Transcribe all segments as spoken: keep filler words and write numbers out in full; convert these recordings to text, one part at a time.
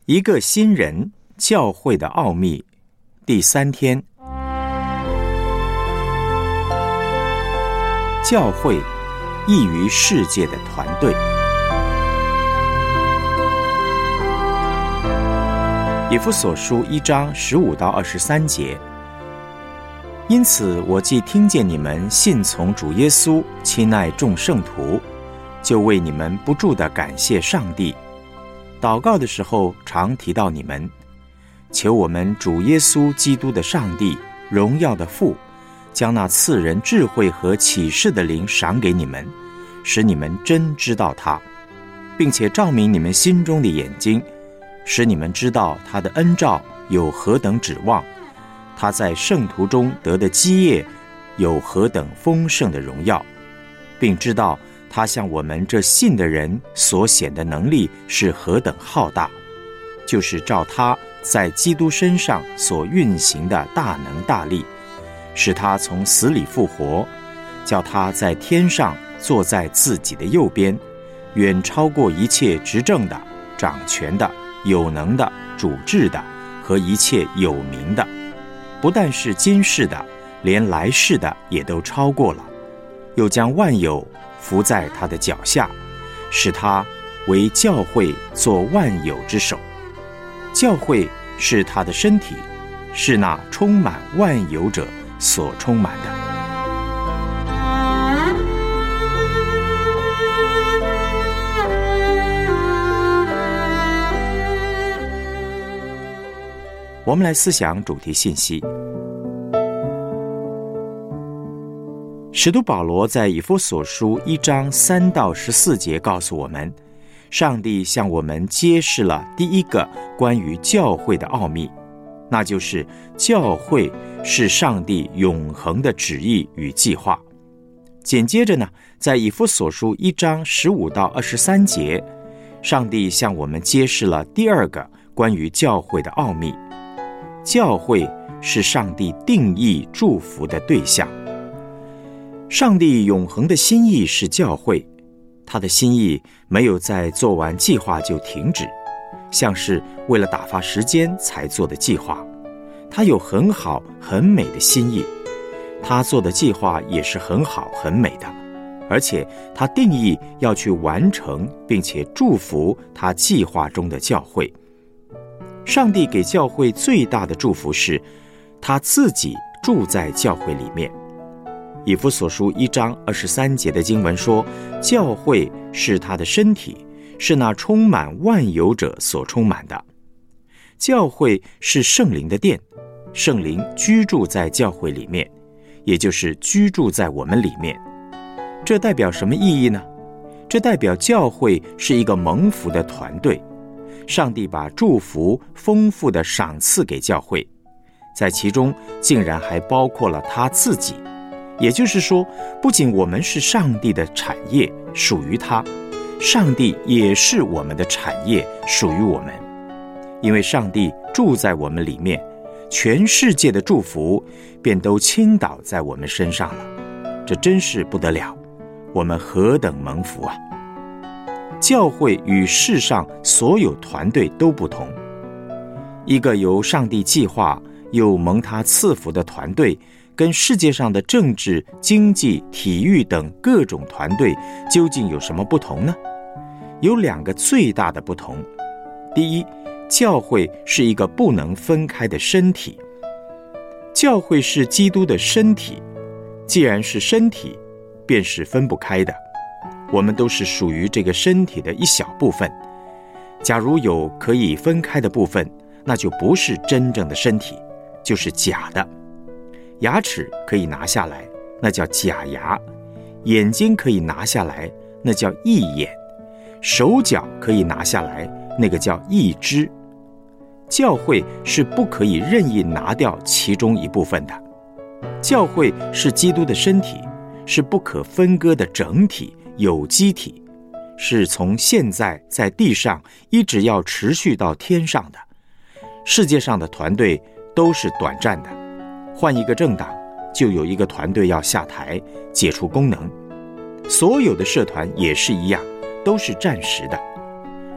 一个新人，教会的奥秘，第三天。教会异于世界的团队。以弗所书一章十五到二十三节。因此，我既听见你们信从主耶稣，亲爱众圣徒，就为你们不住地感谢上帝。祷告的时候，常提到你们，求我们主耶稣基督的上帝，荣耀的父，将那赐人智慧和启示的灵赏给你们，使你们真知道他，并且照明你们心中的眼睛，使你们知道他的恩召有何等指望，他在圣徒中得的基业有何等丰盛的荣耀，并知道他向我们这信的人所显的能力是何等浩大，就是照他在基督身上所运行的大能大力，使他从死里复活，叫他在天上坐在自己的右边，远超过一切执政的、掌权的、有能的、主治的和一切有名的，不但是今世的，连来世的也都超过了，又将万有伏在他的脚下，使他为教会做万有之首。教会是他的身体，是那充满万有者所充满的。我们来思想主题信息。使徒保罗在以弗所书一章三到十四节告诉我们，上帝向我们揭示了第一个关于教会的奥秘，那就是教会是上帝永恒的旨意与计划。紧接着呢，在以弗所书一章十五到二十三节，上帝向我们揭示了第二个关于教会的奥秘，教会是上帝定义祝福的对象。上帝永恒的心意是教会，他的心意没有在做完计划就停止，像是为了打发时间才做的计划。他有很好很美的心意，他做的计划也是很好很美的，而且他定义要去完成并且祝福他计划中的教会。上帝给教会最大的祝福是他自己住在教会里面。以弗所书一章二十三节的经文说，教会是他的身体，是那充满万有者所充满的。教会是圣灵的殿，圣灵居住在教会里面，也就是居住在我们里面。这代表什么意义呢？这代表教会是一个蒙福的团队，上帝把祝福丰富的赏赐给教会，在其中竟然还包括了他自己。也就是说，不仅我们是上帝的产业，属于他，上帝也是我们的产业，属于我们。因为上帝住在我们里面，全世界的祝福便都倾倒在我们身上了，这真是不得了，我们何等蒙福啊！教会与世上所有团队都不同，一个由上帝计划又蒙他赐福的团队，跟世界上的政治、经济、体育等各种团队究竟有什么不同呢？有两个最大的不同。第一，教会是一个不能分开的身体。教会是基督的身体，既然是身体，便是分不开的。我们都是属于这个身体的一小部分。假如有可以分开的部分，那就不是真正的身体，就是假的。牙齿可以拿下来，那叫假牙；眼睛可以拿下来，那叫义眼；手脚可以拿下来，那个叫义肢。教会是不可以任意拿掉其中一部分的。教会是基督的身体，是不可分割的整体，有机体，是从现在在地上一直要持续到天上的。世界上的团队都是短暂的，换一个政党，就有一个团队要下台，解除功能。所有的社团也是一样，都是暂时的。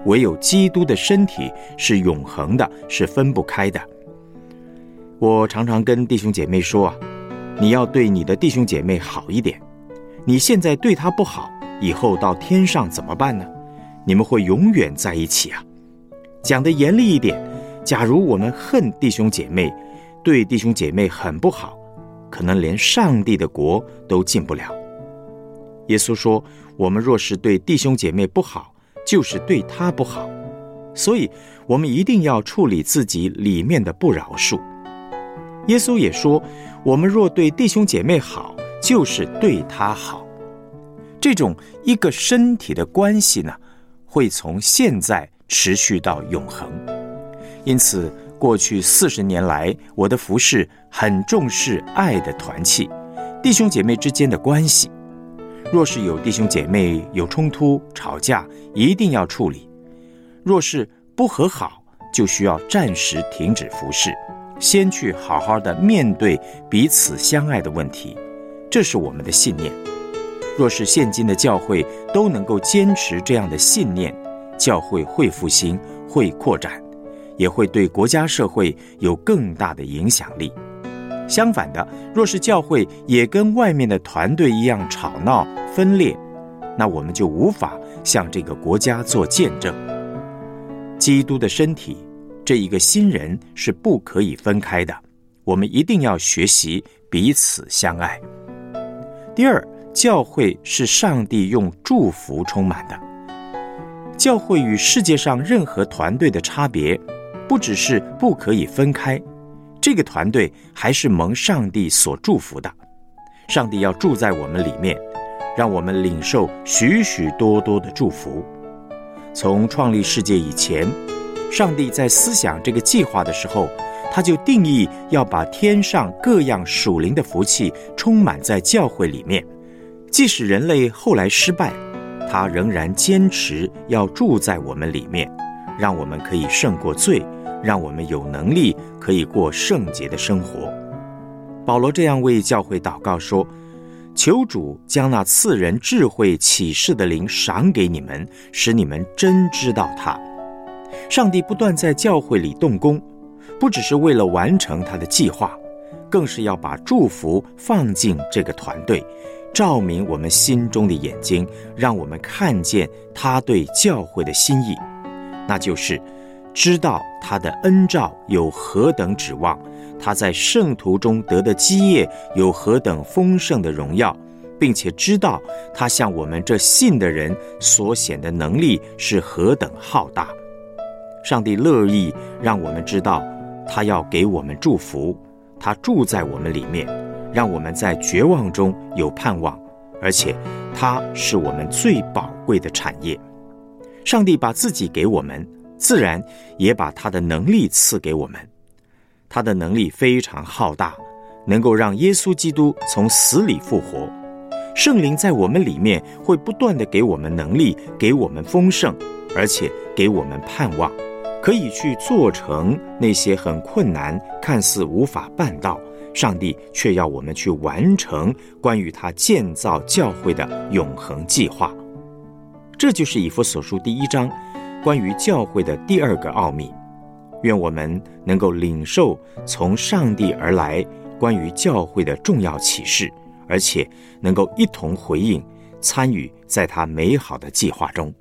唯有基督的身体是永恒的，是分不开的。我常常跟弟兄姐妹说啊，你要对你的弟兄姐妹好一点，你现在对他不好，以后到天上怎么办呢？你们会永远在一起啊。讲得严厉一点，假如我们恨弟兄姐妹，对弟兄姐妹很不好，可能连上帝的国都进不了。耶稣说，我们若是对弟兄姐妹不好，就是对他不好，所以我们一定要处理自己里面的不饶恕。耶稣也说，我们若对弟兄姐妹好，就是对他好。这种一个身体的关系呢，会从现在持续到永恒。因此过去四十年来，我的服事很重视爱的团契，弟兄姐妹之间的关系。若是有弟兄姐妹有冲突吵架，一定要处理。若是不和好，就需要暂时停止服事，先去好好的面对彼此相爱的问题，这是我们的信念。若是现今的教会都能够坚持这样的信念，教会会复兴，会扩展，也会对国家社会有更大的影响力。相反的，若是教会也跟外面的团队一样吵闹分裂，那我们就无法向这个国家做见证。基督的身体，这一个新人是不可以分开的，我们一定要学习彼此相爱。第二，教会是上帝用祝福充满的。教会与世界上任何团队的差别，不只是不可以分开，这个团队还是蒙上帝所祝福的。上帝要住在我们里面，让我们领受许许多多的祝福。从创立世界以前，上帝在思想这个计划的时候，他就定义要把天上各样属灵的福气充满在教会里面。即使人类后来失败，他仍然坚持要住在我们里面，让我们可以胜过罪，让我们有能力可以过圣洁的生活。保罗这样为教会祷告说，求主将那赐人智慧启示的灵赏给你们，使你们真知道他。上帝不断在教会里动工，不只是为了完成他的计划，更是要把祝福放进这个团队，照明我们心中的眼睛，让我们看见他对教会的心意，那就是知道他的恩召有何等指望，他在圣徒中得的基业有何等丰盛的荣耀，并且知道他向我们这信的人所显的能力是何等浩大。上帝乐意让我们知道，他要给我们祝福，他住在我们里面，让我们在绝望中有盼望，而且他是我们最宝贵的产业。上帝把自己给我们，自然也把他的能力赐给我们。他的能力非常浩大，能够让耶稣基督从死里复活。圣灵在我们里面会不断地给我们能力，给我们丰盛，而且给我们盼望，可以去做成那些很困难看似无法办到，上帝却要我们去完成关于他建造教会的永恒计划。这就是以弗所书第一章关于教会的第二个奥秘。愿我们能够领受从上帝而来关于教会的重要启示，而且能够一同回应，参与在他美好的计划中。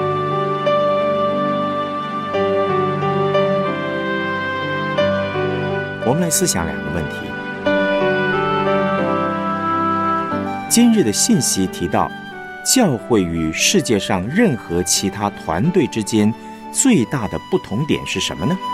我们来思想两个问题。今日的信息提到，教会与世界上任何其他团队之间最大的不同点是什么呢？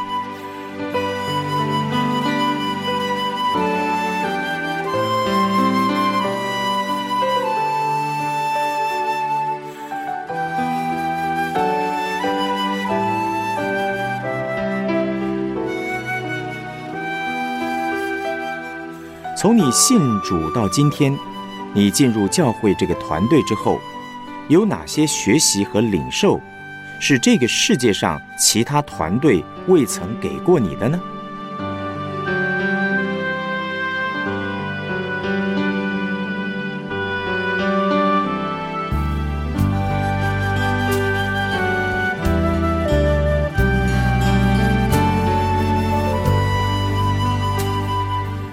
从你信主到今天，你进入教会这个团队之后，有哪些学习和领受是这个世界上其他团队未曾给过你的呢？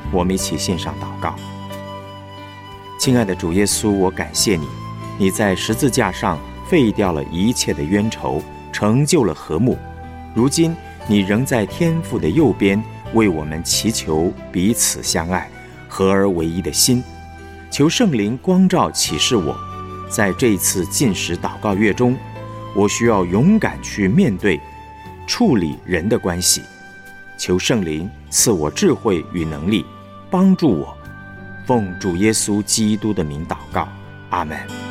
我们一起献上祷告。亲爱的主耶稣，我感谢你，你在十字架上废掉了一切的冤仇，成就了和睦。如今你仍在天父的右边，为我们祈求彼此相爱，合而为一的心。求圣灵光照启示我，在这一次禁食祷告月中，我需要勇敢去面对处理人的关系。求圣灵赐我智慧与能力，帮助我。奉主耶稣基督的名祷告，阿们。